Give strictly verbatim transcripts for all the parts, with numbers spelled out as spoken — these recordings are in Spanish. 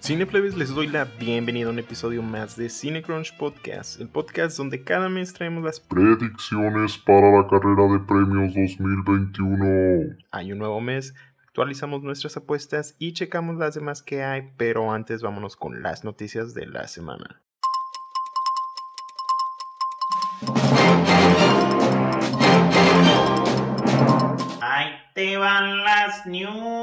Cineplebes, les doy la bienvenida a un episodio más de CineCrunch Podcast, el podcast donde cada mes traemos las predicciones para la carrera de premios dos mil veintiuno. Hay un nuevo mes, actualizamos nuestras apuestas y checamos las demás que hay, pero antes vámonos con las noticias de la semana. Ahí te van las news.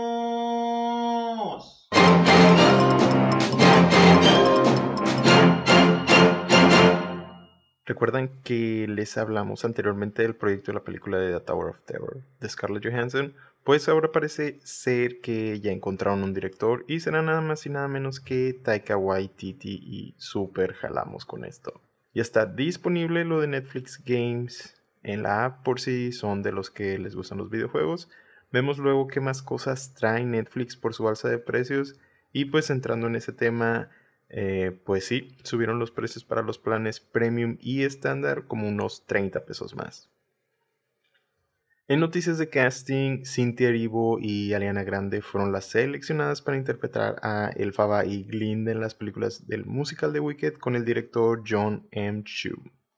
¿Recuerdan que les hablamos anteriormente del proyecto de la película de The Tower of Terror de Scarlett Johansson? Pues ahora parece ser que ya encontraron un director y será nada más y nada menos que Taika Waititi, y súper jalamos con esto. Ya está disponible lo de Netflix Games en la app por si son de los que les gustan los videojuegos. Vemos luego qué más cosas trae Netflix por su alza de precios y pues entrando en ese tema... Eh, pues sí, subieron los precios para los planes premium y estándar como unos treinta pesos más. En noticias de casting, Cynthia Erivo y Ariana Grande fueron las seleccionadas para interpretar a Elphaba y Glinda en las películas del musical de Wicked con el director John M. Chu.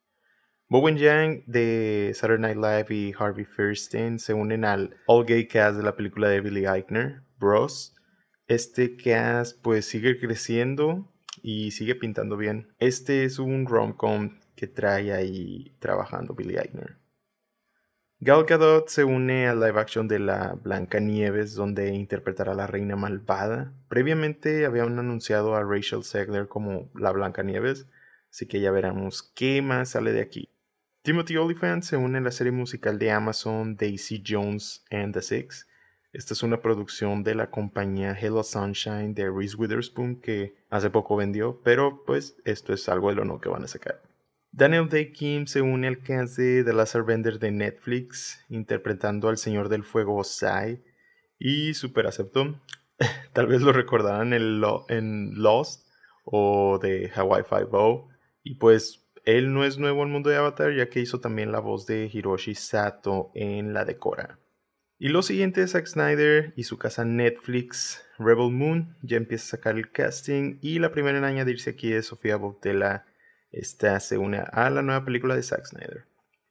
Bowen Yang de Saturday Night Live y Harvey Fierstein se unen al all gay cast de la película de Billy Eichner, Bros. Este cast pues sigue creciendo y sigue pintando bien. Este es un rom-com que trae ahí trabajando Billy Eichner. Gal Gadot se une al live action de la Blancanieves, donde interpretará a la reina malvada. Previamente habían anunciado a Rachel Zegler como la Blancanieves, así que ya veremos qué más sale de aquí. Timothy Olyphant se une a la serie musical de Amazon Daisy Jones and the Six. Esta es una producción de la compañía Hello Sunshine de Reese Witherspoon que hace poco vendió, pero pues esto es algo de lo nuevo que van a sacar. Daniel Day Kim se une al cast de The Last Airbender de Netflix, interpretando al Señor del Fuego Sai, y super aceptó. Tal vez lo recordarán en, Lo- en Lost o de Hawaii Five-O, y pues él no es nuevo en el mundo de Avatar, ya que hizo también la voz de Hiroshi Sato en la de Korra. Y lo siguiente es Zack Snyder y su casa Netflix, Rebel Moon, ya empieza a sacar el casting y la primera en añadirse aquí es Sofía Boutella. Esta se une a la nueva película de Zack Snyder.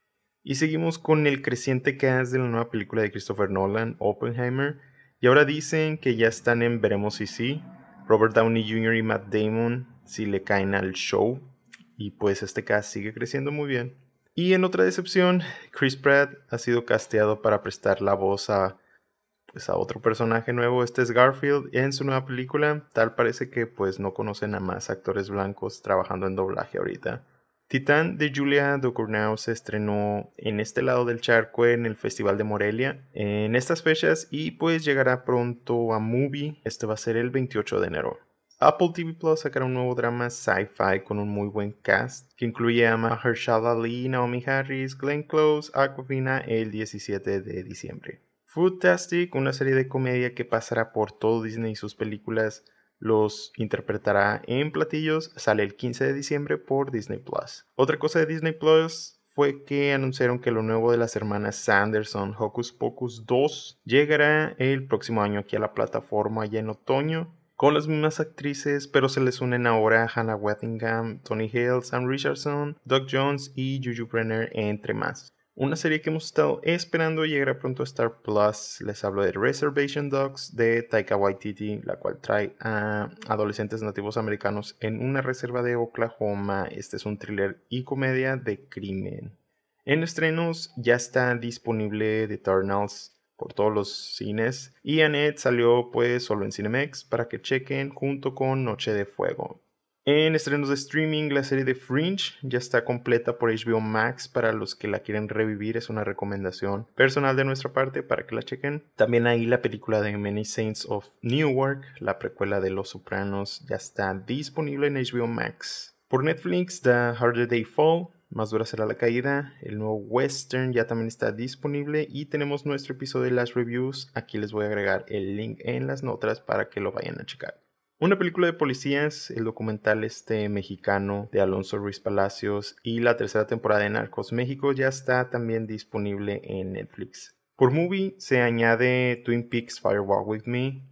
Y seguimos con el creciente cast de la nueva película de Christopher Nolan, Oppenheimer, y ahora dicen que ya están en veremos si sí, Robert Downey junior y Matt Damon si le caen al show, y pues este cast sigue creciendo muy bien. Y en otra decepción, Chris Pratt ha sido casteado para prestar la voz a, pues, a otro personaje nuevo. Este es Garfield en su nueva película. Tal parece que pues no conocen a más actores blancos trabajando en doblaje ahorita. Titán de Julia Ducournau se estrenó en este lado del charco en el Festival de Morelia en estas fechas y pues llegará pronto a Movie. Este va a ser el veintiocho de enero. Apple T V Plus sacará un nuevo drama sci-fi con un muy buen cast que incluye a Mahershala Ali, Naomi Harris, Glenn Close, Awkwafina el diecisiete de diciembre. Foodtastic, una serie de comedia que pasará por todo Disney y sus películas los interpretará en platillos, sale el quince de diciembre por Disney Plus. Otra cosa de Disney Plus fue que anunciaron que lo nuevo de las hermanas Sanderson, Hocus Pocus dos, llegará el próximo año aquí a la plataforma ya en otoño, con las mismas actrices, pero se les unen ahora Hannah Waddingham, Tony Hale, Sam Richardson, Doug Jones y Juju Brenner, entre más. Una serie que hemos estado esperando llegará pronto a Star Plus. Les hablo de Reservation Dogs de Taika Waititi, la cual trae a adolescentes nativos americanos en una reserva de Oklahoma. Este es un thriller y comedia de crimen. En estrenos ya está disponible The Eternals por todos los cines y Annette salió pues solo en Cinemex para que chequen junto con Noche de Fuego. En estrenos de streaming, la serie de Fringe ya está completa por H B O Max. Para los que la quieren revivir, es una recomendación personal de nuestra parte para que la chequen. También ahí la película de Many Saints of Newark, la precuela de Los Sopranos, ya está disponible en H B O Max. Por Netflix, The Harder They Fall, más dura será la caída. El nuevo western ya también está disponible y tenemos nuestro episodio de las reviews. Aquí les voy a agregar el link en las notas para que lo vayan a checar. Una película de policías, el documental este mexicano de Alonso Ruiz Palacios y la tercera temporada de Narcos México ya está también disponible en Netflix. Por Movie se añade Twin Peaks Firewalk With Me,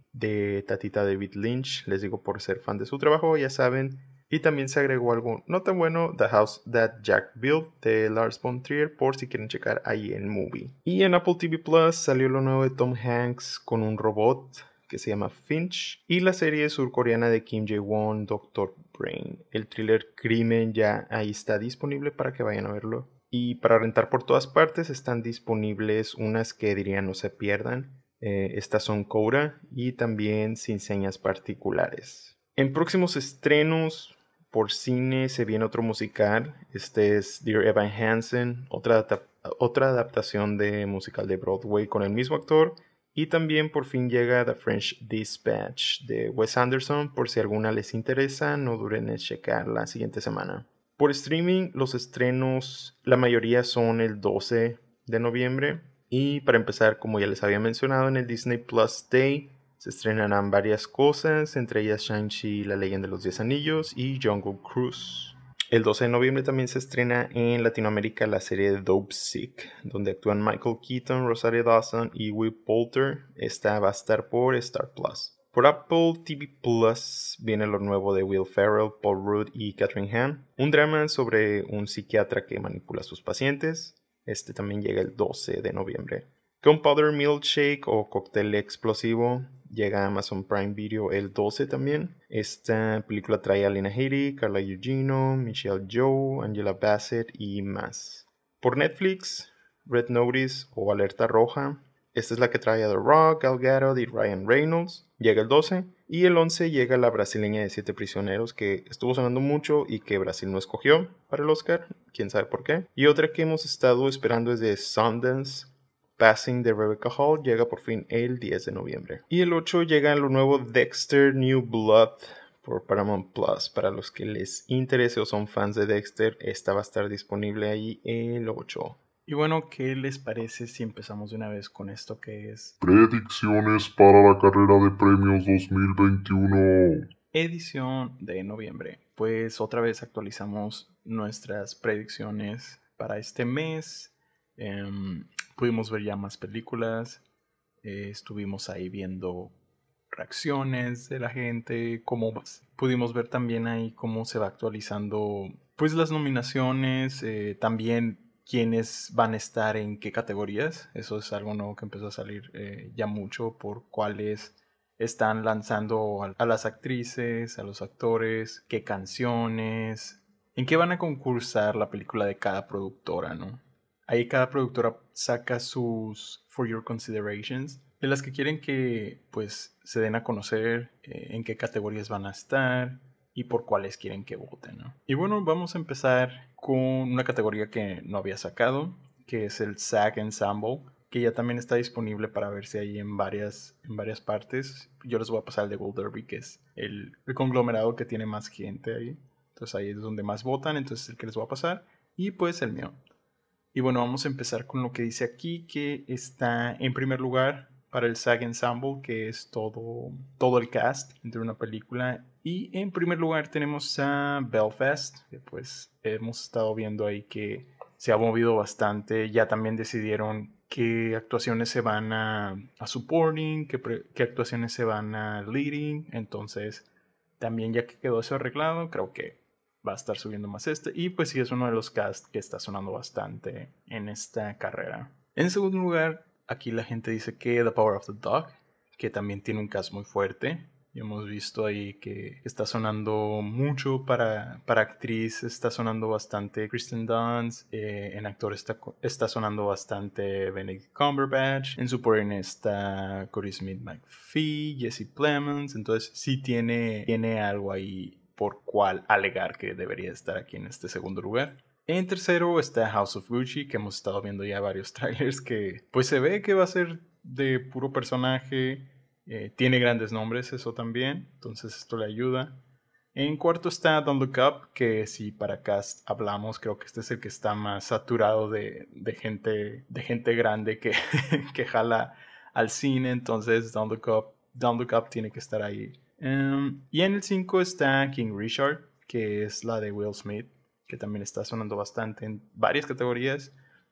de Tatita David Lynch. Les digo por ser fan de su trabajo, ya saben. Y también se agregó algo no tan bueno, The House That Jack Built de Lars von Trier, por si quieren checar ahí en Movie. Y en Apple T V Plus salió lo nuevo de Tom Hanks con un robot que se llama Finch, y la serie surcoreana de Kim Jae-won, Doctor Brain. El thriller Crimen ya ahí está disponible para que vayan a verlo. Y para rentar por todas partes están disponibles unas que dirían no se pierdan. Eh, estas son Coda y también Sin Señas Particulares. En próximos estrenos por cine se viene otro musical. Este es Dear Evan Hansen, otra, otra adaptación de musical de Broadway con el mismo actor. Y también por fin llega The French Dispatch de Wes Anderson. Por si alguna les interesa, no duden en checar la siguiente semana. Por streaming, los estrenos, la mayoría son el doce de noviembre. Y para empezar, como ya les había mencionado, en el Disney Plus Day se estrenarán varias cosas, entre ellas Shang-Chi, La Leyenda de los Diez Anillos y Jungle Cruise. El doce de noviembre también se estrena en Latinoamérica la serie de Dope Sick, donde actúan Michael Keaton, Rosario Dawson y Will Poulter. Esta va a estar por Star Plus. Por Apple T V Plus viene lo nuevo de Will Ferrell, Paul Rudd y Catherine Hahn, un drama sobre un psiquiatra que manipula a sus pacientes. Este también llega el doce de noviembre. Gunpowder Milkshake o Cóctel Explosivo llega a Amazon Prime Video el doce también. Esta película trae a Lena Headey, Carla Gugino, Michelle Yeoh, Angela Bassett y más. Por Netflix, Red Notice o Alerta Roja. Esta es la que trae a The Rock, Gal Gadot y Ryan Reynolds. Llega el doce. Y el once llega la brasileña de Siete Prisioneros, que estuvo sonando mucho y que Brasil no escogió para el Oscar. Quién sabe por qué. Y otra que hemos estado esperando es de Sundance, Passing de Rebecca Hall, llega por fin el diez de noviembre. Y el ocho llega lo nuevo Dexter New Blood por Paramount Plus. Para los que les interese o son fans de Dexter, esta va a estar disponible ahí el ocho. Y bueno, ¿qué les parece si empezamos de una vez con esto que es Predicciones para la carrera de premios dos mil veintiuno? Edición de noviembre. Pues otra vez actualizamos nuestras predicciones para este mes. Eh, pudimos ver ya más películas. Eh, estuvimos ahí viendo reacciones de la gente. Cómo pudimos ver también ahí cómo se va actualizando pues las nominaciones. Eh, también quiénes van a estar en qué categorías. Eso es algo nuevo que empezó a salir eh, ya mucho por cuáles están lanzando a, a las actrices, a los actores, qué canciones, en qué van a concursar la película de cada productora, ¿no? Ahí cada productora saca sus For Your Considerations, de las que quieren que pues se den a conocer, eh, en qué categorías van a estar y por cuáles quieren que voten, ¿no? Y bueno, vamos a empezar con una categoría que no había sacado, que es el SAG Ensemble, que ya también está disponible para verse ahí en varias, en varias partes. Yo les voy a pasar el de Gold Derby, que es el, el conglomerado que tiene más gente ahí. Entonces ahí es donde más votan, entonces es el que les voy a pasar. Y pues el mío. Y bueno, vamos a empezar con lo que dice aquí, que está en primer lugar para el SAG Ensemble, que es todo, todo el cast entre una película. Y en primer lugar tenemos a Belfast, que pues hemos estado viendo ahí que se ha movido bastante. Ya también decidieron qué actuaciones se van a, a supporting, qué, pre, qué actuaciones se van a leading. Entonces, también ya que quedó eso arreglado, creo que va a estar subiendo más este. Y pues sí, es uno de los casts que está sonando bastante en esta carrera. En segundo lugar, aquí la gente dice que The Power of the Dog, que también tiene un cast muy fuerte. Y hemos visto ahí que está sonando mucho para, para actriz, está sonando bastante Kristen Dunst, eh, en actor está, está sonando bastante Benedict Cumberbatch, en supporting está Cody Smith-McPhee, Jesse Plemons, entonces sí tiene, tiene algo ahí por cual alegar que debería estar aquí en este segundo lugar. En tercero está House of Gucci, que hemos estado viendo ya varios trailers que pues se ve que va a ser de puro personaje. Eh, tiene grandes nombres, eso también, entonces esto le ayuda. En cuarto está Don't Look Up, que si para cast hablamos, creo que este es el que está más saturado de, de, gente, de gente grande que, que jala al cine, entonces Don't Look Up, Don't Look Up tiene que estar ahí. Um, y en el cinco está King Richard, que es la de Will Smith, que también está sonando bastante en varias categorías.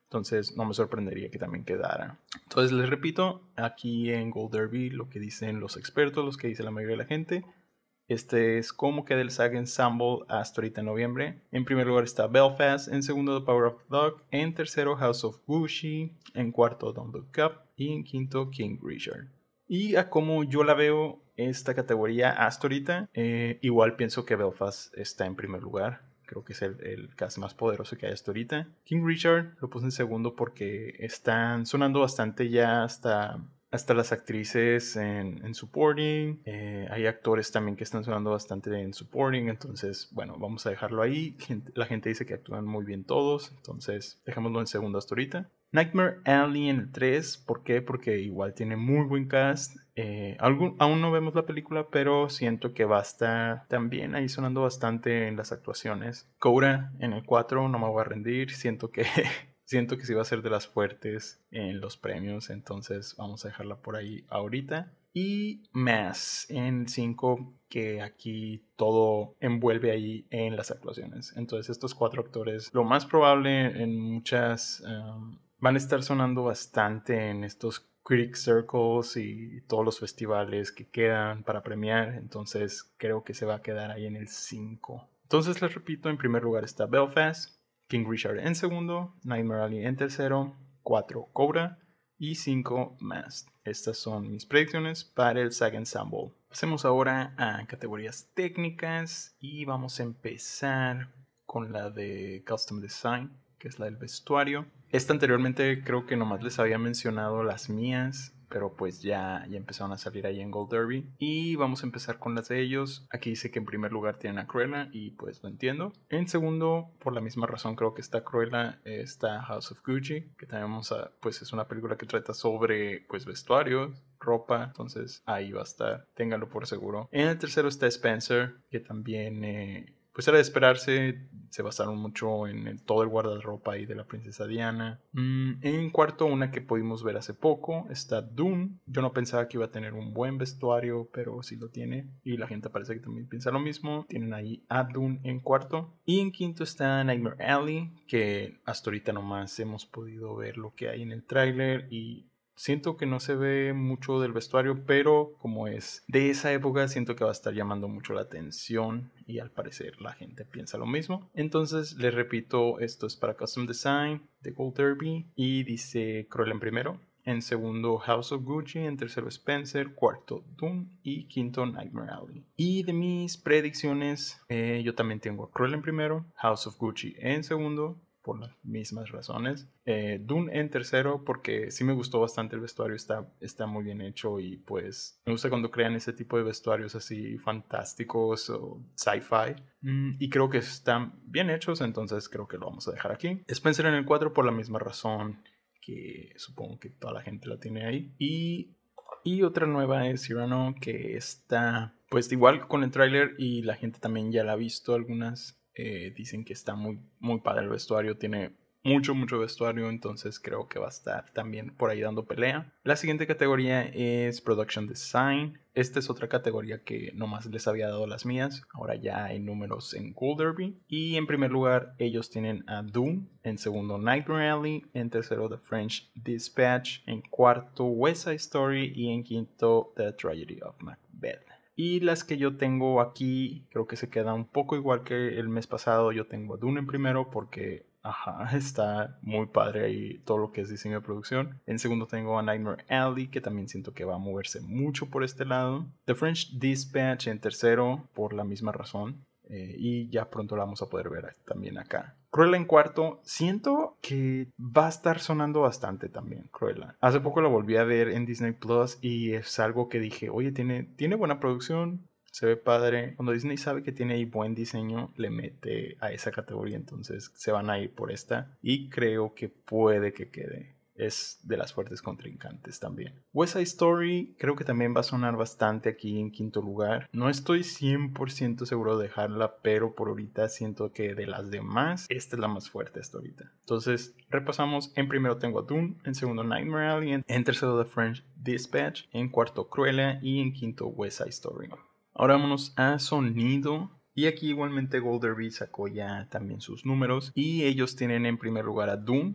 Entonces no me sorprendería que también quedara. Entonces les repito, aquí en Gold Derby lo que dicen los expertos, los que dice la mayoría de la gente. Este es cómo queda el SAG Ensemble hasta ahorita en noviembre. En primer lugar está Belfast, en segundo The Power of the Dog, en tercero House of Gucci, en cuarto Don't Look Up y en quinto King Richard. Y a como yo la veo esta categoría hasta ahorita, eh, igual pienso que Belfast está en primer lugar. Creo que es el, el cast más poderoso que hay hasta ahorita. King Richard lo puse en segundo porque están sonando bastante ya hasta... Hasta las actrices en, en supporting. Eh, hay actores también que están sonando bastante en supporting. Entonces, bueno, vamos a dejarlo ahí. Gente, la gente dice que actúan muy bien todos. Entonces, dejémoslo en segundo hasta ahorita. Nightmare Alley en el tres. ¿Por qué? Porque igual tiene muy buen cast. Eh, algún, aún no vemos la película, pero siento que va a estar también ahí sonando bastante en las actuaciones. Cobra en el cuatro. No me voy a rendir. Siento que... Siento que sí va a ser de las fuertes en los premios, entonces vamos a dejarla por ahí ahorita. Y Mass en cinco, que aquí todo envuelve ahí en las actuaciones. Entonces estos cuatro actores, lo más probable en muchas, um, van a estar sonando bastante en estos Critic Circles y todos los festivales que quedan para premiar. Entonces creo que se va a quedar ahí en el cinco. Entonces les repito, en primer lugar está Belfast, King Richard en segundo, Nightmare Alley en tercero, cuatro Cobra y cinco Masked. Estas son mis predicciones para el SAG Ensemble. Pasemos ahora a categorías técnicas y vamos a empezar con la de Custom Design, que es la del vestuario. Esta anteriormente creo que nomás les había mencionado las mías, pero pues ya, ya empezaron a salir ahí en Gold Derby. Y vamos a empezar con las de ellos. Aquí dice que en primer lugar tienen a Cruella y pues lo entiendo. En segundo, por la misma razón creo que está Cruella, está House of Gucci, que también vamos a, pues es una película que trata sobre pues vestuarios, ropa, entonces ahí va a estar, ténganlo por seguro. En el tercero está Spencer, que también... Eh, Pues era de esperarse, se basaron mucho en el, todo el guardarropa ahí de la princesa Diana. Mm, en cuarto, una que pudimos ver hace poco, está Dune. Yo no pensaba que iba a tener un buen vestuario, pero sí lo tiene. Y la gente parece que también piensa lo mismo. Tienen ahí a Dune en cuarto. Y en quinto está Nightmare Alley, que hasta ahorita nomás hemos podido ver lo que hay en el tráiler y... Siento que no se ve mucho del vestuario, pero como es de esa época, siento que va a estar llamando mucho la atención y al parecer la gente piensa lo mismo. Entonces, les repito, esto es para Custom Design de Gold Derby y dice Cruella en primero. En segundo, House of Gucci. En tercero, Spencer. Cuarto, Dune. Y quinto, Nightmare Alley. Y de mis predicciones, eh, yo también tengo a Cruella en primero, House of Gucci en segundo, por las mismas razones. Eh, Dune en tercero porque sí me gustó bastante el vestuario, está, está muy bien hecho y pues me gusta cuando crean ese tipo de vestuarios así fantásticos o sci-fi. Mm, y creo que están bien hechos, entonces creo que lo vamos a dejar aquí. Spencer en el cuatro por la misma razón que supongo que toda la gente la tiene ahí. Y, y otra nueva es Cyrano, que está pues igual con el tráiler y la gente también ya la ha visto algunas. Eh, dicen que está muy, muy padre el vestuario, tiene mucho, mucho vestuario, entonces creo que va a estar también por ahí dando pelea. La siguiente categoría es Production Design. Esta es otra categoría que nomás les había dado las mías, ahora ya hay números en Gold Derby. Y en primer lugar ellos tienen a Dune, en segundo Nightmare Alley, en tercero The French Dispatch, en cuarto West Side Story y en quinto The Tragedy of Macbeth. Y las que yo tengo aquí, creo que se queda un poco igual que el mes pasado. Yo tengo a Dune en primero porque, ajá, está muy padre ahí todo lo que es diseño de producción. En segundo tengo a Nightmare Alley, que también siento que va a moverse mucho por este lado. The French Dispatch en tercero, por la misma razón. Eh, y ya pronto la vamos a poder ver también acá. Cruella en cuarto, siento que va a estar sonando bastante también Cruella. Hace poco la volví a ver en Disney Plus y es algo que dije, oye, tiene, tiene buena producción, se ve padre. Cuando Disney sabe que tiene ahí buen diseño, le mete a esa categoría, entonces se van a ir por esta y creo que puede que quede. Es de las fuertes contrincantes también. West Side Story creo que también va a sonar bastante aquí en quinto lugar. No estoy cien por ciento seguro de dejarla, pero por ahorita siento que de las demás, esta es la más fuerte hasta ahorita. Entonces, repasamos. En primero tengo a Dune, en segundo Nightmare Alley, en tercero The French Dispatch, en cuarto Cruella y en quinto West Side Story. Ahora vámonos a sonido. Y aquí igualmente Gold Derby sacó ya también sus números y ellos tienen en primer lugar a Dune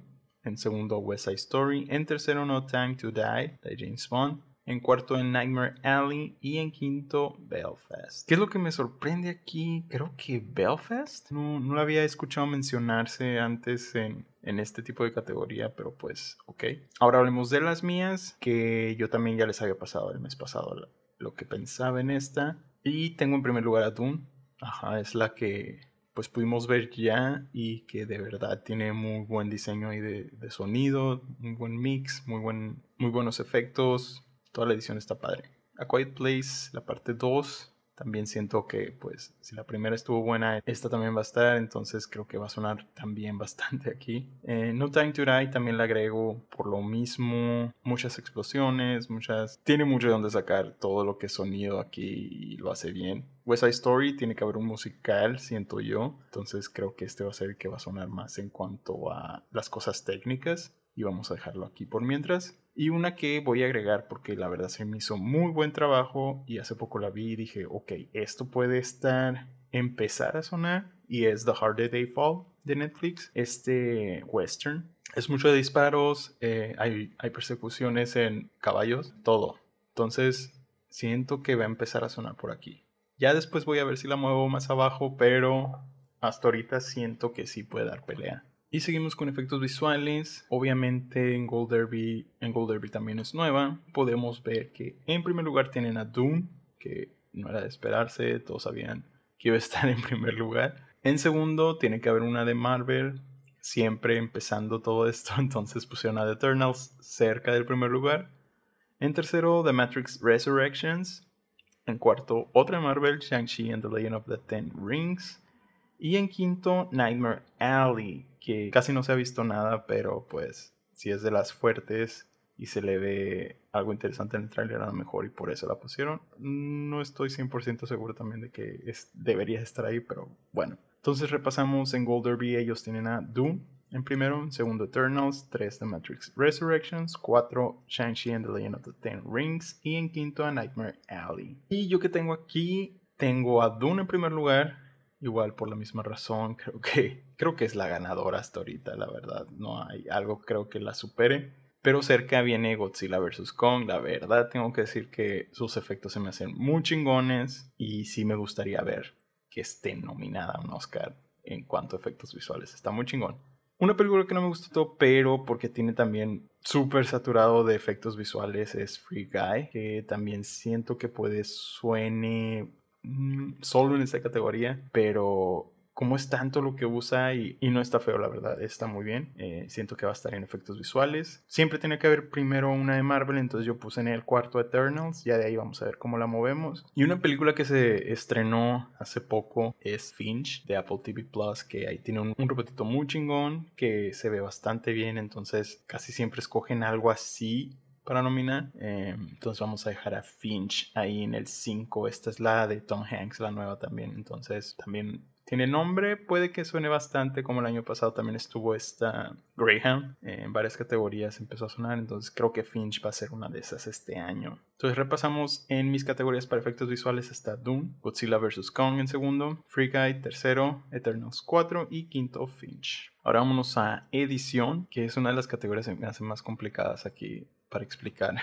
En segundo, West Side Story. En tercero, No Time to Die, de James Bond. En cuarto, en Nightmare Alley. Y en quinto, Belfast. ¿Qué es lo que me sorprende aquí? Creo que Belfast. No, no lo había escuchado mencionarse antes en, en este tipo de categoría, pero pues, ok. Ahora hablemos de las mías, que yo también ya les había pasado el mes pasado lo, lo que pensaba en esta. Y tengo en primer lugar a Dune. Ajá, es la que pues pudimos ver ya y que de verdad tiene muy buen diseño ahí de, de sonido, muy buen mix, muy, buen, muy buenos efectos. Toda la edición está padre. A Quiet Place, la parte dos, también siento que pues si la primera estuvo buena, esta también va a estar, entonces creo que va a sonar también bastante aquí. Eh, No Time to Die también la agrego por lo mismo, muchas explosiones, muchas... Tiene mucho de donde sacar todo lo que es sonido aquí y lo hace bien. West Side Story tiene que haber un musical, siento yo, entonces creo que este va a ser el que va a sonar más en cuanto a las cosas técnicas y vamos a dejarlo aquí por mientras. Y una que voy a agregar porque la verdad se me hizo muy buen trabajo y hace poco la vi y dije, ok, esto puede estar, empezar a sonar, y es The Harder They Fall de Netflix, este western. Es mucho de disparos, eh, hay, hay persecuciones en caballos, todo. Entonces siento que va a empezar a sonar por aquí. Ya después voy a ver si la muevo más abajo, pero hasta ahorita siento que sí puede dar pelea. Y seguimos con efectos visuales. Obviamente en Gold Derby, en Gold Derby también es nueva. Podemos ver que en primer lugar tienen a Dune, que no era de esperarse, todos sabían que iba a estar en primer lugar. En segundo tiene que haber una de Marvel, siempre empezando todo esto, entonces pusieron a The Eternals cerca del primer lugar. En tercero, The Matrix Resurrections. En cuarto, otra de Marvel, Shang-Chi and the Legend of the Ten Rings. Y en quinto, Nightmare Alley, que casi no se ha visto nada, pero pues si es de las fuertes y se le ve algo interesante en el tráiler, a lo mejor y por eso la pusieron. No estoy cien por ciento seguro también de que es, debería estar ahí, pero bueno. Entonces repasamos en Gold Derby, ellos tienen a Dune en primero, en segundo Eternals, tres The Matrix Resurrections, cuatro Shang-Chi and the Legend of the Ten Rings y en quinto a Nightmare Alley. Y yo que tengo aquí, tengo a Dune en primer lugar. Igual por la misma razón, creo que, creo que es la ganadora hasta ahorita, la verdad. No hay algo creo que la supere. Pero cerca viene Godzilla versus. Kong. La verdad tengo que decir que sus efectos se me hacen muy chingones. Y sí me gustaría ver que esté nominada a un Oscar en cuanto a efectos visuales. Está muy chingón. Una película que no me gustó, pero porque tiene también súper saturado de efectos visuales, es Free Guy. Que también siento que puede suene... solo en esta categoría, pero como es tanto lo que usa y, y no está feo, la verdad, está muy bien. Eh, siento que va a estar en efectos visuales. Siempre tiene que haber primero una de Marvel, entonces yo puse en el cuarto Eternals, ya de ahí vamos a ver cómo la movemos. Y una película que se estrenó hace poco es Finch de Apple T V Plus, que ahí tiene un, un robotito muy chingón que se ve bastante bien, entonces casi siempre escogen algo así para nominar. Eh, entonces vamos a dejar a Finch ahí en el cinco. Esta es la de Tom Hanks, la nueva también. Entonces también tiene nombre, puede que suene bastante como el año pasado también estuvo esta Greyhound. Eh, en varias categorías empezó a sonar, entonces creo que Finch va a ser una de esas este año. Entonces repasamos en mis categorías para efectos visuales está Dune, Godzilla versus. Kong en segundo, Free Guy tercero, Eternals cuatro y quinto Finch. Ahora vámonos a edición, que es una de las categorías que me hacen más complicadas aquí para explicar.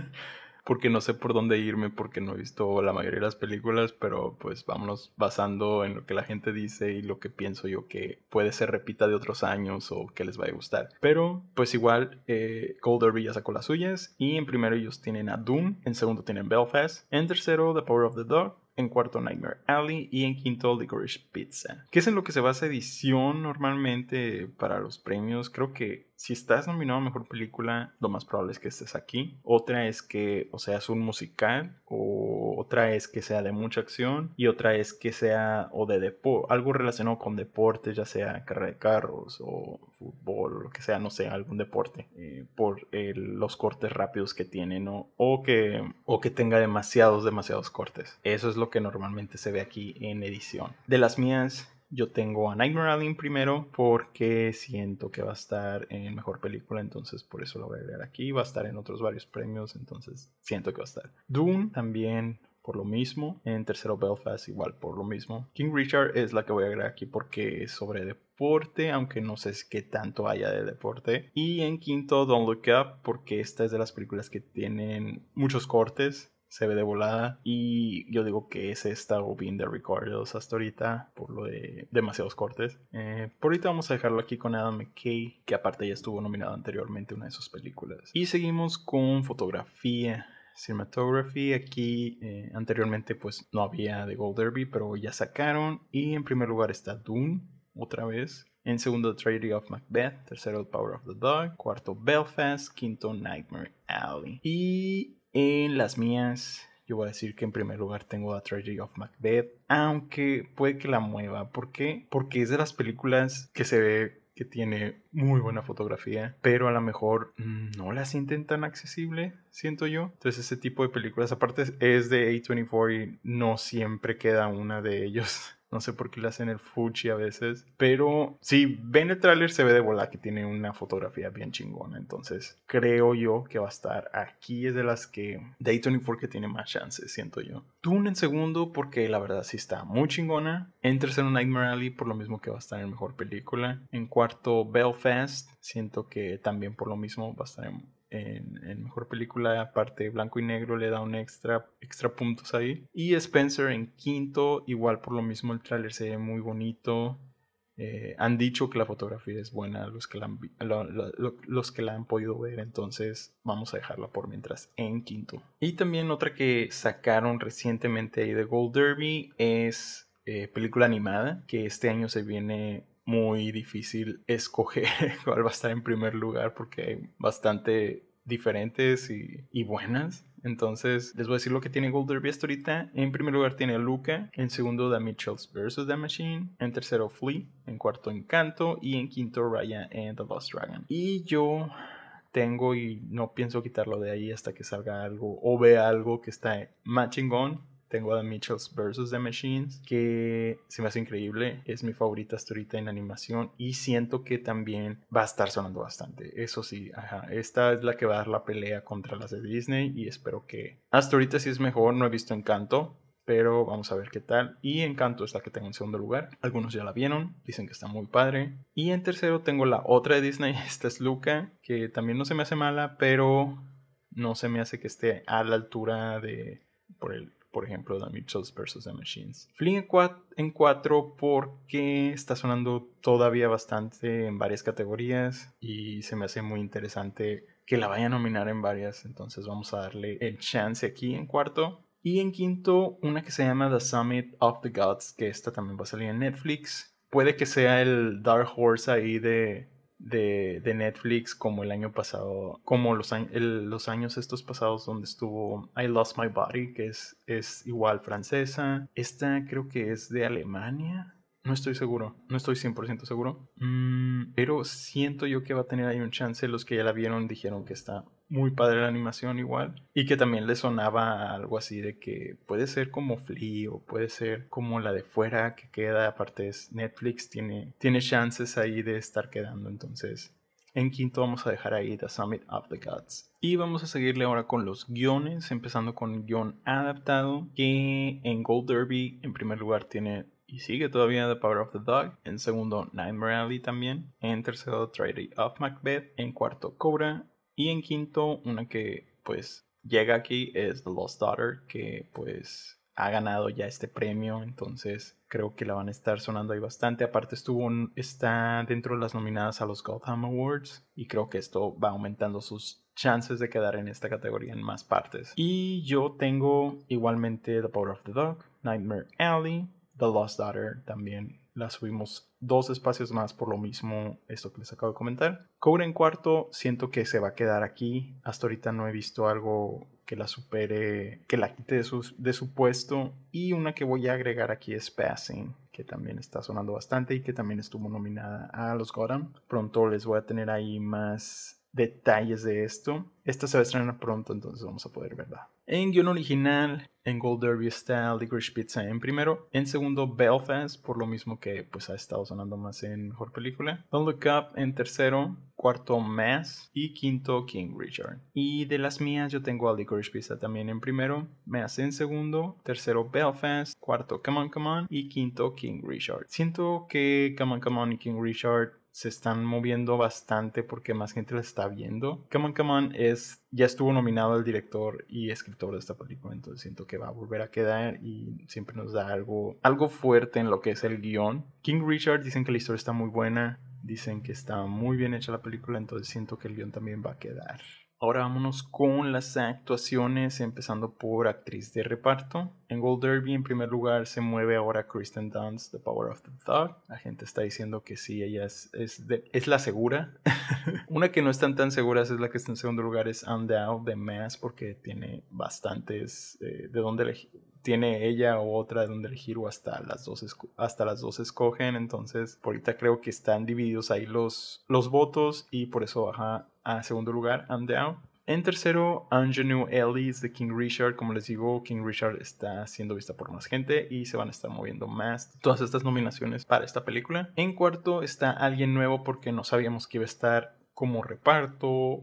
Porque no sé por dónde irme, porque no he visto la mayoría de las películas, pero pues vámonos basando en lo que la gente dice y lo que pienso yo que puede ser repita de otros años o que les vaya a gustar. Pero pues igual eh, Gold Derby ya sacó las suyas y en primero ellos tienen a Dune, en segundo tienen Belfast, en tercero The Power of the Dog, en cuarto Nightmare Alley y en quinto Licorice Pizza. ¿Qué es en lo que se basa edición normalmente para los premios? Creo que si estás nominado a Mejor Película, lo más probable es que estés aquí. Otra es que o sea es un musical, o otra es que sea de mucha acción, y otra es que sea o de deporte, algo relacionado con deportes, ya sea carrera de carros o fútbol o lo que sea, no sé, algún deporte, eh, por el, los cortes rápidos que tiene, ¿no? O que, o que tenga demasiados, demasiados cortes. Eso es lo que normalmente se ve aquí en edición. De las mías, yo tengo a Nightmare Alley primero porque siento que va a estar en Mejor Película, entonces por eso lo voy a ver aquí. Va a estar en otros varios premios, entonces siento que va a estar. Dune también por lo mismo. En tercero, Belfast, igual por lo mismo. King Richard es la que voy a agregar aquí porque es sobre deporte, aunque no sé qué tanto haya de deporte. Y en quinto, Don't Look Up, porque esta es de las películas que tienen muchos cortes. Se ve de volada y yo digo que es esta o bien de Records hasta ahorita por lo de demasiados cortes. Eh, por ahorita vamos a dejarlo aquí con Adam McKay, que aparte ya estuvo nominado anteriormente en una de sus películas. Y seguimos con fotografía. Cinematography, aquí eh, anteriormente pues no había de Gold Derby, pero ya sacaron. Y en primer lugar está Dune, otra vez. En segundo, The Tragedy of Macbeth. Tercero, The Power of the Dog. Cuarto, Belfast. Quinto, Nightmare Alley. Y en las mías, yo voy a decir que en primer lugar tengo The Tragedy of Macbeth, aunque puede que la mueva. ¿Por qué? Porque es de las películas que se ve que tiene muy buena fotografía, pero a lo mejor mmm, no la sienten tan accesible, siento yo. Entonces ese tipo de películas, aparte es de A veinticuatro y no siempre queda una de ellos. No sé por qué le hacen el fuchi a veces. Pero si ven el tráiler se ve de bola que tiene una fotografía bien chingona. Entonces creo yo que va a estar aquí. Es de las que de A veinticuatro que tiene más chances, siento yo. Dune en segundo porque la verdad sí está muy chingona. En tercero, Nightmare Alley por lo mismo que va a estar en mejor película. En cuarto, Belfast. Siento que también por lo mismo va a estar en... En, en mejor película, aparte blanco y negro le da un extra, extra puntos ahí. Y Spencer en quinto, igual por lo mismo el tráiler se ve muy bonito. Eh, han dicho que la fotografía es buena los que, la han, lo, lo, lo, los que la han podido ver, entonces vamos a dejarla por mientras en quinto. Y también otra que sacaron recientemente ahí de Gold Derby es eh, película animada, que este año se viene muy difícil escoger cuál va a estar en primer lugar porque hay bastante diferentes y, y buenas. Entonces les voy a decir lo que tiene Gold Derby hasta ahorita. En primer lugar tiene Luca, en segundo The Mitchells versus. The Machine, en tercero Flea, en cuarto Encanto y en quinto Raya and the Lost Dragon. Y yo tengo y no pienso quitarlo de ahí hasta que salga algo o vea algo que está más chingón. Tengo a The Mitchells versus. The Machines, que se me hace increíble. Es mi favorita hasta ahorita en animación. Y siento que también va a estar sonando bastante. Eso sí, ajá. Esta es la que va a dar la pelea contra las de Disney. Y espero que... Hasta ahorita sí es mejor. No he visto Encanto, pero vamos a ver qué tal. Y Encanto es la que tengo en segundo lugar. Algunos ya la vieron. Dicen que está muy padre. Y en tercero tengo la otra de Disney. Esta es Luca, que también no se me hace mala, pero no se me hace que esté a la altura de... Por el... Por ejemplo, The Mitchells versus. The Machines. Flea en cuatro porque está sonando todavía bastante en varias categorías y se me hace muy interesante que la vaya a nominar en varias. Entonces vamos a darle el chance aquí en cuarto. Y en quinto, una que se llama The Summit of the Gods, que esta también va a salir en Netflix. Puede que sea el Dark Horse ahí de... De, de Netflix como el año pasado, como los, el, los años estos pasados donde estuvo I Lost My Body, que es, es igual francesa. Esta creo que es de Alemania. No estoy seguro, no estoy cien por ciento seguro. Mm, pero siento yo que va a tener ahí un chance. Los que ya la vieron dijeron que está muy padre la animación igual. Y que también le sonaba algo así de que puede ser como Flea o puede ser como la de fuera que queda. Aparte es Netflix, tiene, tiene chances ahí de estar quedando. Entonces en quinto vamos a dejar ahí The Summit of the Gods. Y vamos a seguirle ahora con los guiones. Empezando con el guión adaptado, que en Gold Derby en primer lugar tiene... Y sigue todavía The Power of the Dog. En segundo, Nightmare Alley también. En tercero, Tragedy of Macbeth. En cuarto, Cobra. Y en quinto, una que pues llega aquí es The Lost Daughter, que pues ha ganado ya este premio. Entonces creo que la van a estar sonando ahí bastante. Aparte estuvo está dentro de las nominadas a los Gotham Awards. Y creo que esto va aumentando sus chances de quedar en esta categoría en más partes. Y yo tengo igualmente The Power of the Dog, Nightmare Alley, The Lost Daughter también la subimos dos espacios más por lo mismo, esto que les acabo de comentar. Cobra en cuarto, siento que se va a quedar aquí. Hasta ahorita no he visto algo que la supere, que la quite de su, de su puesto. Y una que voy a agregar aquí es Passing, que también está sonando bastante y que también estuvo nominada a los Gotham. Pronto les voy a tener ahí más detalles de esto. Esta se va a estrenar pronto, entonces vamos a poder verla. En guión original, en Gold Derby está Licorice Pizza en primero. En segundo, Belfast, por lo mismo que pues ha estado sonando más en mejor película. Don't Look Up en tercero. Cuarto, Mass. Y quinto, King Richard. Y de las mías, yo tengo a Licorice Pizza también en primero. Mass en segundo. Tercero, Belfast. Cuarto, Come On, Come On. Y quinto, King Richard. Siento que Come On, Come On y King Richard se están moviendo bastante porque más gente la está viendo. Come On, Come On es, ya estuvo nominado el director y escritor de esta película, entonces siento que va a volver a quedar y siempre nos da algo, algo fuerte en lo que es el guión. King Richard dicen que la historia está muy buena, dicen que está muy bien hecha la película, entonces siento que el guión también va a quedar. Ahora vámonos con las actuaciones, empezando por actriz de reparto. En Gold Derby, en primer lugar, se mueve ahora Kristen Dunst, The Power of the Dog. La gente está diciendo que sí, ella es, es, de, es la segura. Una que no están tan seguras es la que está en segundo lugar, es Anne Dow de Mass, porque tiene bastantes eh, de dónde elegir. Tiene ella o otra de donde elegir o hasta las dos, esco- hasta las dos escogen. Entonces, por ahorita creo que están divididos ahí los, los votos y por eso baja a segundo lugar Anne Dow. En tercero, Ingenue Ellis de King Richard. Como les digo, King Richard está siendo vista por más gente y se van a estar moviendo más todas estas nominaciones para esta película. En cuarto está alguien nuevo porque no sabíamos que iba a estar como reparto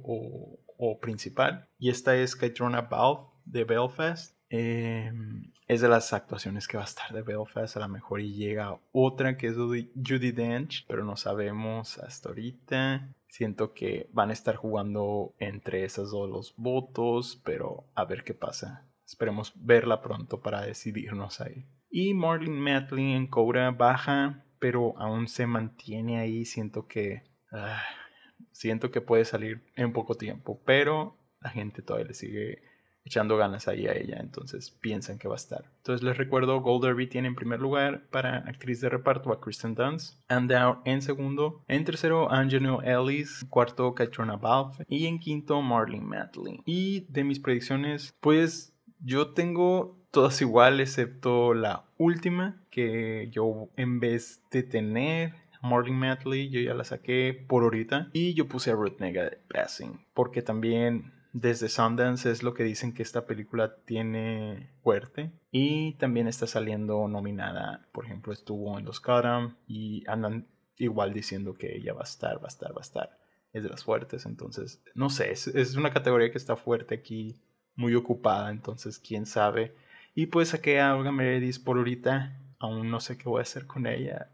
o, o principal. Y esta es Caitriona Balfe de Belfast. Eh, es de las actuaciones que va a estar de Belfast. A lo mejor y llega otra que es Judi Dench, pero no sabemos hasta ahorita. Siento que van a estar jugando entre esas dos los votos, pero a ver qué pasa. Esperemos verla pronto para decidirnos ahí. Y Marlene Matley en Cobra baja, pero aún se mantiene ahí. Siento que uh, siento que puede salir en poco tiempo, pero la gente todavía le sigue echando ganas ahí a ella, entonces piensan que va a estar. Entonces les recuerdo, Gold Derby tiene en primer lugar para actriz de reparto a Kristen Dunst, Anne Dow en segundo, en tercero Ingenue Ellis, cuarto Caitriona Balfe y en quinto Marlene Matley. Y de mis predicciones, pues yo tengo todas igual excepto la última, que yo en vez de tener Marlene Matley, yo ya la saqué por ahorita y yo puse a Ruth Negga de Passing, porque también desde Sundance es lo que dicen que esta película tiene fuerte. Y también está saliendo nominada. Por ejemplo, estuvo en los Gotham. Y andan igual diciendo que ella va a estar, va a estar, va a estar. Es de las fuertes. Entonces, no sé. Es, es una categoría que está fuerte aquí. Muy ocupada. Entonces, quién sabe. Y pues saqué a Olga Meredith por ahorita. Aún no sé qué voy a hacer con ella.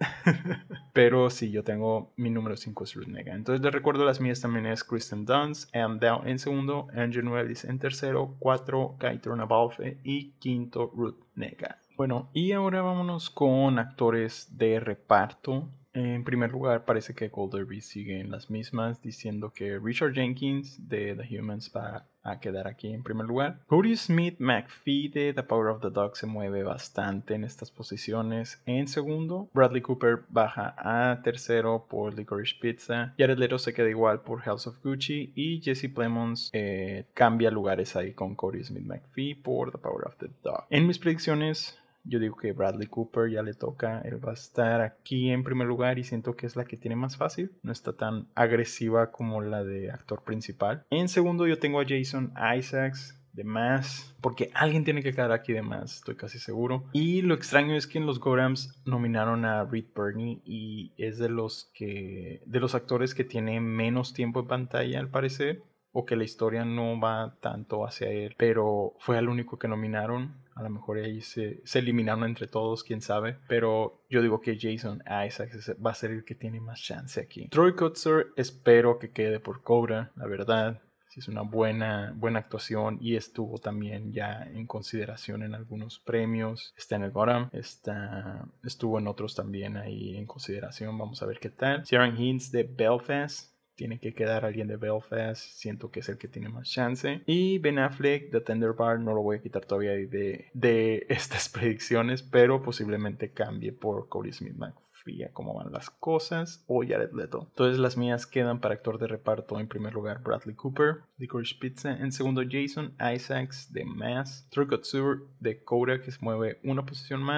Pero sí, yo tengo mi número cinco es Ruth Negga. Entonces les recuerdo las mías también es Kristen Dunst, Anne Dow en segundo, Ingenue Ellis en tercero, cuatro Caitriona Balfe y quinto Ruth Negga. Bueno, y ahora vámonos con actores de reparto. En primer lugar, parece que Gold Derby sigue en las mismas, diciendo que Richard Jenkins de The Humans va a quedar aquí en primer lugar. Cody Smith McPhee de The Power of the Dog se mueve bastante en estas posiciones. En segundo, Bradley Cooper baja a tercero por Licorice Pizza. Jared Leto se queda igual por House of Gucci. Y Jesse Plemons eh, cambia lugares ahí con Cody Smith McPhee por The Power of the Dog. En mis predicciones, yo digo que Bradley Cooper ya le toca, él va a estar aquí en primer lugar y siento que es la que tiene más fácil, no está tan agresiva como la de actor principal. En segundo yo tengo a Jason Isaacs de Mass, porque alguien tiene que quedar aquí de Mass, estoy casi seguro. Y lo extraño es que en los Gothams nominaron a Reed Birney y es de los que de los actores que tiene menos tiempo en pantalla al parecer, o que la historia no va tanto hacia él, pero fue el único que nominaron. A lo mejor ahí se, se eliminaron entre todos, quién sabe. Pero yo digo que Jason Isaacs va a ser el que tiene más chance aquí. Troy Kotsur espero que quede por Cobra, la verdad. Sí, es una buena, buena actuación y estuvo también ya en consideración en algunos premios. Está en el Gotham, está, estuvo en otros también ahí en consideración. Vamos a ver qué tal. Ciaran Hinds de Belfast. Tiene que quedar alguien de Belfast. Siento que es el que tiene más chance. Y Ben Affleck de Tender Bar. No lo voy a quitar todavía de, de estas predicciones. Pero posiblemente cambie por Cody Smith McPhee. Cómo van las cosas. O Jared Leto. Entonces las mías quedan para actor de reparto. En primer lugar Bradley Cooper. Licorice Pizza. En segundo Jason Isaacs de Mass. Troy Kotsur de Cobra, que se mueve una posición más.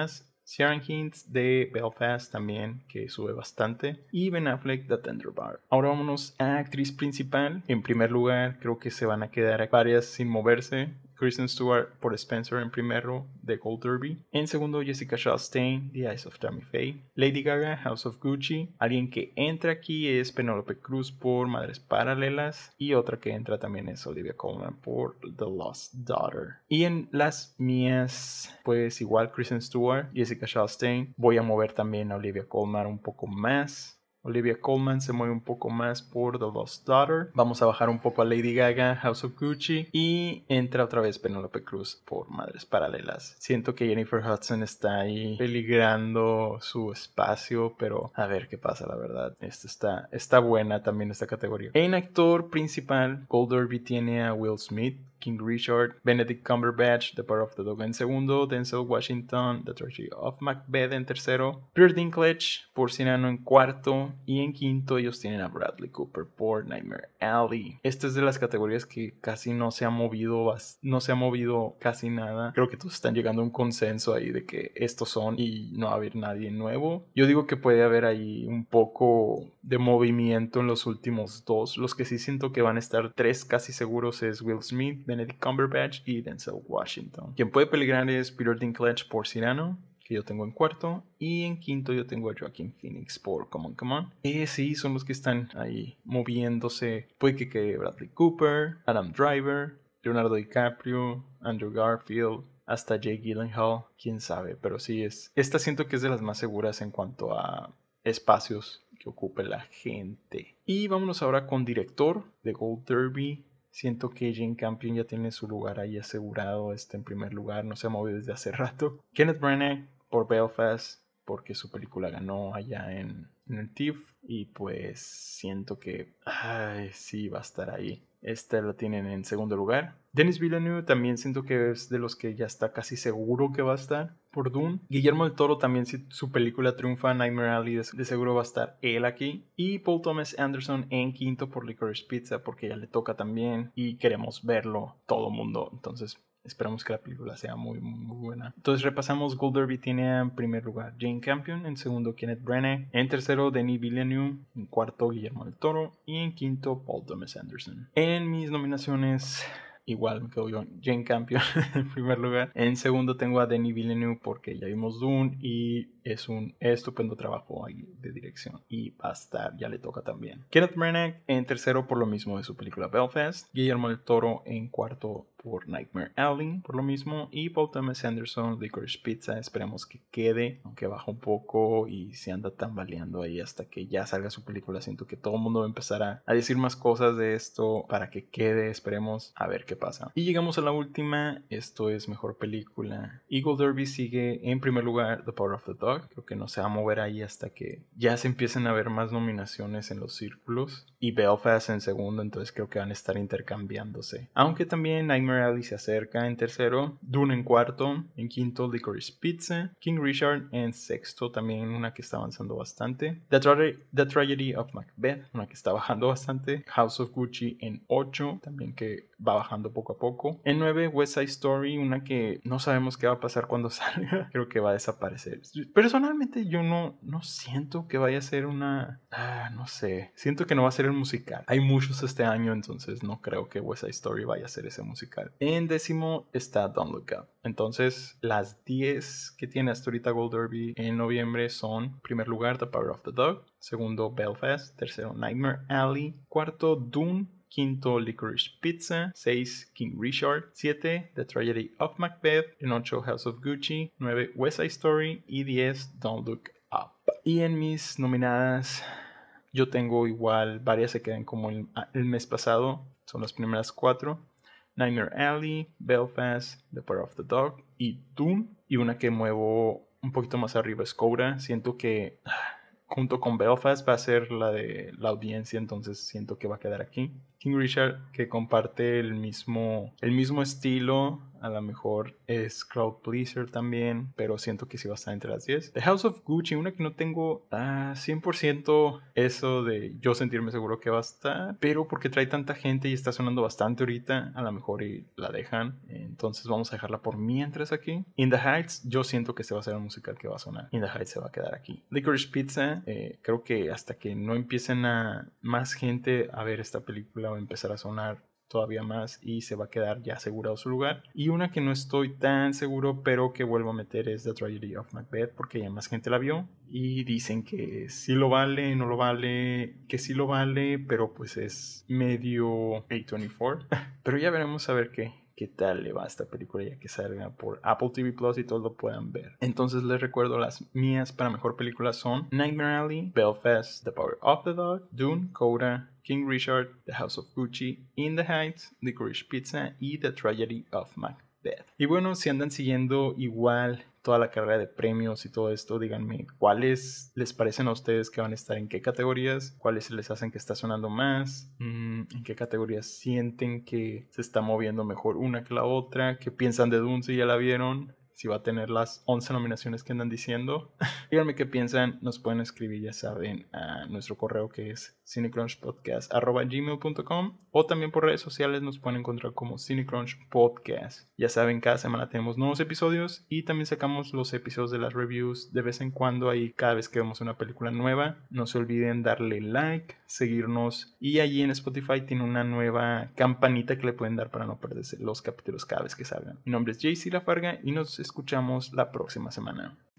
Ciaran Hinds de Belfast también, que sube bastante. Y Ben Affleck de Tender Bar. Ahora vámonos a actriz principal. En primer lugar, creo que se van a quedar varias sin moverse. Kristen Stewart por Spencer en primero, de Gold Derby. En segundo, Jessica Chastain, The Eyes of Tammy Faye. Lady Gaga, House of Gucci. Alguien que entra aquí es Penelope Cruz por Madres Paralelas. Y otra que entra también es Olivia Colman por The Lost Daughter. Y en las mías, pues igual Kristen Stewart, Jessica Chastain. Voy a mover también a Olivia Colman un poco más. Olivia Colman se mueve un poco más por The Lost Daughter. Vamos a bajar un poco a Lady Gaga, House of Gucci. Y entra otra vez Penelope Cruz por Madres Paralelas. Siento que Jennifer Hudson está ahí peligrando su espacio, pero a ver qué pasa, la verdad. Esta está, está buena también esta categoría. En actor principal, Gold Derby tiene a Will Smith, King Richard, Benedict Cumberbatch, The Power of the Dog en segundo, Denzel Washington, The Tragedy of Macbeth en tercero, Peter Dinklage por Cyrano en cuarto, y en quinto ellos tienen a Bradley Cooper por Nightmare Alley. Esta es de las categorías que casi no se ha movido, no se ha movido casi nada. Creo que todos están llegando a un consenso ahí de que estos son y no va a haber nadie nuevo. Yo digo que puede haber ahí un poco de movimiento en los últimos dos. Los que sí siento que van a estar tres casi seguros es Will Smith, Benedict Cumberbatch y Denzel Washington. Quien puede peligrar es Peter Dinklage por Cyrano, que yo tengo en cuarto, y en quinto yo tengo a Joaquin Phoenix por Come On, Come On. Eh, sí, son los que están ahí moviéndose. Puede que quede Bradley Cooper, Adam Driver, Leonardo DiCaprio, Andrew Garfield, hasta Jake Gyllenhaal, quién sabe, pero sí es. Esta siento que es de las más seguras en cuanto a espacios que ocupe la gente. Y vámonos ahora con director de Gold Derby. Siento que Jane Campion ya tiene su lugar ahí asegurado, está en primer lugar, no se ha movido desde hace rato. Kenneth Branagh por Belfast, porque su película ganó allá en, en el T I F F, y pues siento que, ay, sí, va a estar ahí. Esta la tienen en segundo lugar. Denis Villeneuve también siento que es de los que ya está casi seguro que va a estar por Dune. Guillermo del Toro también, si su película triunfa, Nightmare Alley, de seguro va a estar él aquí. Y Paul Thomas Anderson en quinto por Licorice Pizza, porque ya le toca también y queremos verlo todo mundo. Entonces esperamos que la película sea muy, muy buena. Entonces repasamos. Gold Derby tiene en primer lugar Jane Campion, en segundo Kenneth Branagh, en tercero Denis Villeneuve, en cuarto Guillermo del Toro y en quinto Paul Thomas Anderson. En mis nominaciones, igual me quedo yo, Jane Campion en primer lugar. En segundo tengo a Denis Villeneuve porque ya vimos Dune y es un estupendo trabajo ahí de dirección y va a estar, ya le toca también. Kenneth Branagh en tercero por lo mismo de su película Belfast. Guillermo del Toro en cuarto por Nightmare Alley, por lo mismo, y Paul Thomas Anderson, Licorice Pizza, esperemos que quede, aunque baja un poco y se anda tambaleando ahí hasta que ya salga su película. Siento que todo el mundo va a empezar a, a decir más cosas de esto para que quede, esperemos a ver qué pasa. Y llegamos a la última, esto es mejor película. Eagle Derby sigue en primer lugar The Power of the Dog, creo que no se va a mover ahí hasta que ya se empiecen a ver más nominaciones en los círculos, y Belfast en segundo, entonces creo que van a estar intercambiándose, aunque también Nightmare Alley se acerca en tercero, Dune en cuarto, en quinto Licorice Pizza, King Richard en sexto, también una que está avanzando bastante, The, Tra- The Tragedy of Macbeth, una que está bajando bastante, House of Gucci en ocho, también que va bajando poco a poco, en nueve West Side Story, una que no sabemos qué va a pasar cuando salga, creo que va a desaparecer. Personalmente yo no, no siento que vaya a ser una, ah, no sé, siento que no va a ser el musical, hay muchos este año, entonces no creo que West Side Story vaya a ser ese musical. En décimo está Don't Look Up. Entonces las diez que tiene hasta ahorita Gold Derby en noviembre son: en primer lugar The Power of the Dog, segundo Belfast, tercero Nightmare Alley, cuarto Dune, quinto Licorice Pizza, seis King Richard, siete The Tragedy of Macbeth, en ocho House of Gucci, nueve West Side Story y diez Don't Look Up. Y en mis nominadas yo tengo igual, varias se quedan como el, el mes pasado, son las primeras cuatro: Nightmare Alley, Belfast, The Power of the Dog y Dune. Y una que muevo un poquito más arriba es Coda. Siento que junto con Belfast va a ser la de la audiencia, entonces siento que va a quedar aquí. King Richard, que comparte el mismo, el mismo estilo. A lo mejor es crowd pleaser también, pero siento que sí va a estar entre las diez. The House of Gucci, una que no tengo uh, cien por ciento eso de yo sentirme seguro que va a estar, pero porque trae tanta gente y está sonando bastante ahorita, a lo mejor y la dejan. Entonces vamos a dejarla por mientras aquí. In the Heights, yo siento que este va a ser el musical que va a sonar. In the Heights se va a quedar aquí. Licorice Pizza, eh, creo que hasta que no empiecen a más gente a ver esta película va a empezar a sonar todavía más y se va a quedar ya asegurado su lugar. Y una que no estoy tan seguro pero que vuelvo a meter es The Tragedy of Macbeth, porque ya más gente la vio y dicen que sí lo vale, no lo vale, que sí lo vale, pero pues es medio A veinticuatro. Pero ya veremos a ver qué qué tal le va a esta película ya que salga por Apple T V Plus y todos lo puedan ver. Entonces les recuerdo, las mías para mejor película son Nightmare Alley, Belfast, The Power of the Dog, Dune, Coda, King Richard, The House of Gucci, In the Heights, Licorice Pizza y The Tragedy of Macbeth. Y bueno, si andan siguiendo igual toda la carrera de premios y todo esto, díganme cuáles les parecen a ustedes que van a estar en qué categorías, cuáles les hacen que está sonando más, mmm, en qué categorías sienten que se está moviendo mejor una que la otra, qué piensan de Dune si ya la vieron, si va a tener las once nominaciones que andan diciendo. Díganme qué piensan, nos pueden escribir, ya saben, a nuestro correo que es cinecrunchpodcast arroba gmail punto com o también por redes sociales nos pueden encontrar como cinecrunchpodcast. Ya saben, cada semana tenemos nuevos episodios y también sacamos los episodios de las reviews de vez en cuando, ahí cada vez que vemos una película nueva. No se olviden darle like, seguirnos y allí en Spotify tiene una nueva campanita que le pueden dar para no perderse los capítulos cada vez que salgan. Mi nombre es J C Lafarga y nos escuchamos la próxima semana.